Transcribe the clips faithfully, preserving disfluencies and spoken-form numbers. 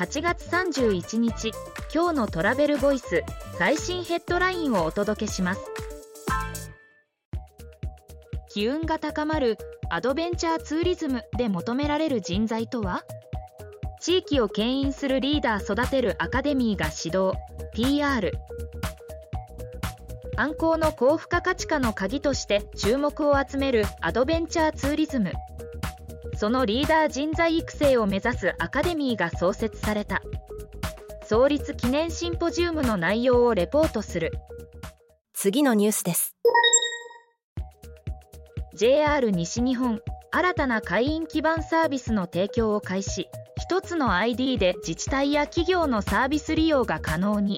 はちがつさんじゅういちにち、今日のトラベルボイス最新ヘッドラインをお届けします。機運が高まるアドベンチャーツーリズムで求められる人材とは？地域を牽引するリーダー育てるアカデミーが指導、ピーアール。観光の高付加価値化の鍵として注目を集めるアドベンチャーツーリズム。そのリーダー人材育成を目指すアカデミーが創設された。創立記念シンポジウムの内容をレポートする。 次のニュースです。 ジェイアール 西日本、新たな会員基盤サービスの提供を開始。一つの アイディー で自治体や企業のサービス利用が可能に。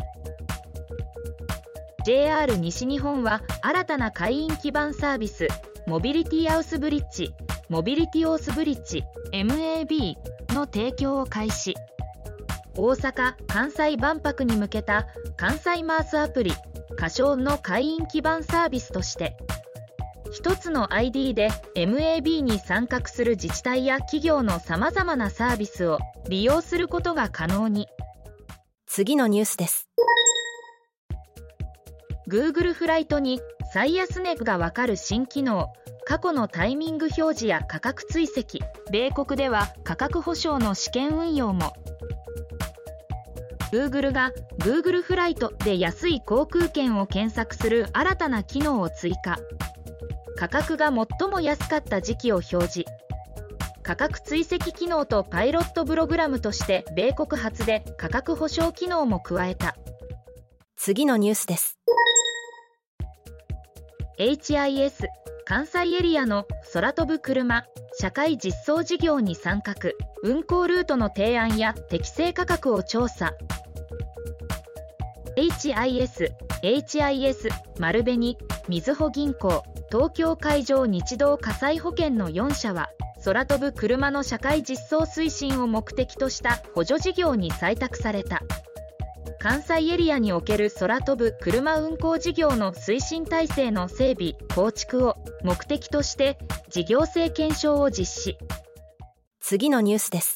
ジェイアール 西日本は新たな会員基盤サービス、モビリティアウスブリッジ、モビリティオースブリッジ エムエービー の提供を開始。大阪・関西万博に向けた関西マースアプリ、仮称の会員基盤サービスとして、一つの アイディー で エムエービー に参画する自治体や企業のさまざまなサービスを利用することが可能に。 次のニュースです。 Google フライトに最安値がわかる新機能、過去のタイミング表示や価格追跡、米国では価格保証の試験運用も。Google が Google フライトで安い航空券を検索する新たな機能を追加。価格が最も安かった時期を表示。価格追跡機能とパイロットプログラムとして米国初で価格保証機能も加えた。 次のニュースです。 エイチアイエス 関西エリアの空飛ぶ車社会実装事業に参画。運行ルートの提案や適正価格を調査。エイチアイエス、エイチアイエス 丸紅、みずほ銀行、東京海上日動火災保険のよんしゃは空飛ぶ車の社会実装推進を目的とした補助事業に採択された。関西エリアにおける空飛ぶ車運行事業の推進体制の整備・構築を目的として事業性検証を実施。 次のニュースです。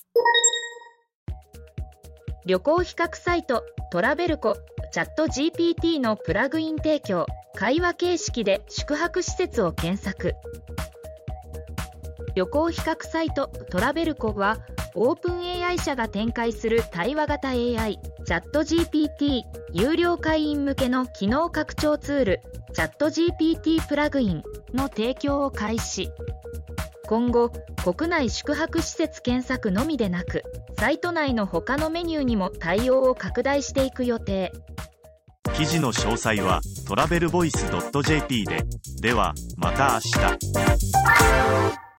旅行比較サイトトラベルコ、チャット ジーピーティー のプラグイン提供、会話形式で宿泊施設を検索。旅行比較サイトトラベルコはオープン エーアイ 社が展開する対話型 エーアイ、チャット ジーピーティー 有料会員向けの機能拡張ツール、チャット ジーピーティー プラグインの提供を開始。今後、国内宿泊施設検索のみでなく、サイト内の他のメニューにも対応を拡大していく予定。 記事の詳細はトラベルボイス ドットジェーピー で。ではまた明日。